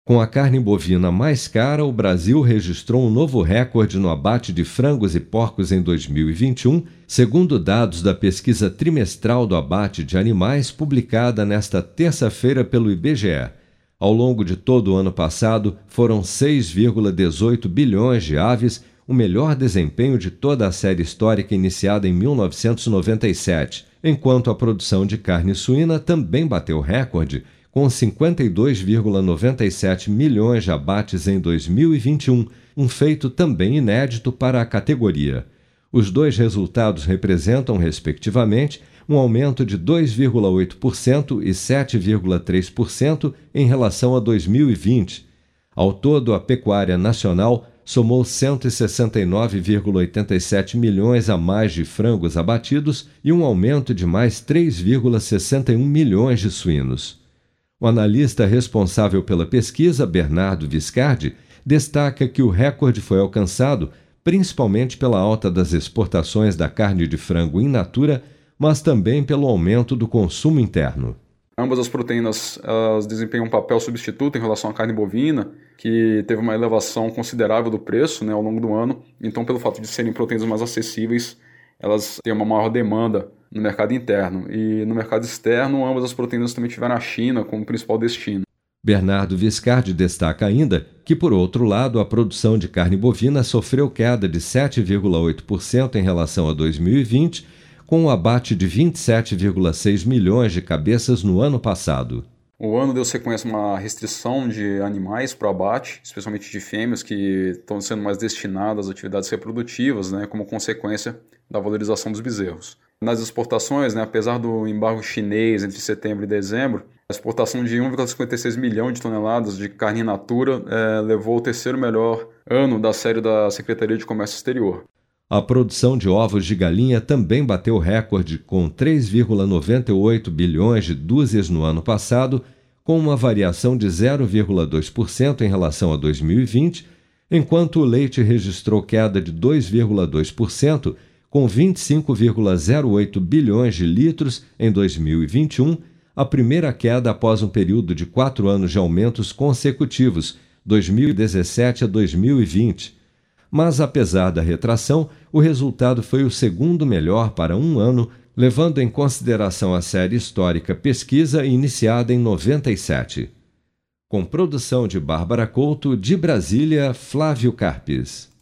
Com a carne bovina mais cara, o Brasil registrou um novo recorde no abate de frangos e porcos em 2021, segundo dados da pesquisa trimestral do abate de animais publicada nesta terça-feira pelo IBGE. Ao longo de todo o ano passado, foram 6,18 bilhões de aves, o melhor desempenho de toda a série histórica iniciada em 1997, enquanto a produção de carne suína também bateu recorde, com 52,97 milhões de abates em 2021, um feito também inédito para a categoria. Os dois resultados representam, respectivamente, um aumento de 2,8% e 7,3% em relação a 2020. Ao todo, a pecuária nacional somou 169,87 milhões a mais de frangos abatidos e um aumento de mais 3,61 milhões de suínos. O analista responsável pela pesquisa, Bernardo Viscardi, destaca que o recorde foi alcançado principalmente pela alta das exportações da carne de frango in natura, mas também pelo aumento do consumo interno. Ambas as proteínas desempenham um papel substituto em relação à carne bovina, que teve uma elevação considerável do preço, ao longo do ano. Então, pelo fato de serem proteínas mais acessíveis, elas têm uma maior demanda no mercado interno. E no mercado externo, ambas as proteínas também tiveram a China como principal destino. Bernardo Viscardi destaca ainda que, por outro lado, a produção de carne bovina sofreu queda de 7,8% em relação a 2020, com um abate de 27,6 milhões de cabeças no ano passado. O ano deu sequência a uma restrição de animais para o abate, especialmente de fêmeas que estão sendo mais destinadas às atividades reprodutivas, como consequência da valorização dos bezerros. Nas exportações, apesar do embargo chinês entre setembro e dezembro, a exportação de 1,56 milhão de toneladas de carne in natura levou ao terceiro melhor ano da série da Secretaria de Comércio Exterior. A produção de ovos de galinha também bateu recorde, com 3,98 bilhões de dúzias no ano passado, com uma variação de 0,2% em relação a 2020, enquanto o leite registrou queda de 2,2%, com 25,08 bilhões de litros em 2021, a primeira queda após um período de 4 anos de aumentos consecutivos, 2017 a 2020. Mas, apesar da retração, o resultado foi o segundo melhor para um ano, levando em consideração a série histórica pesquisa iniciada em 97. Com produção de Bárbara Couto, de Brasília, Flávio Carpes.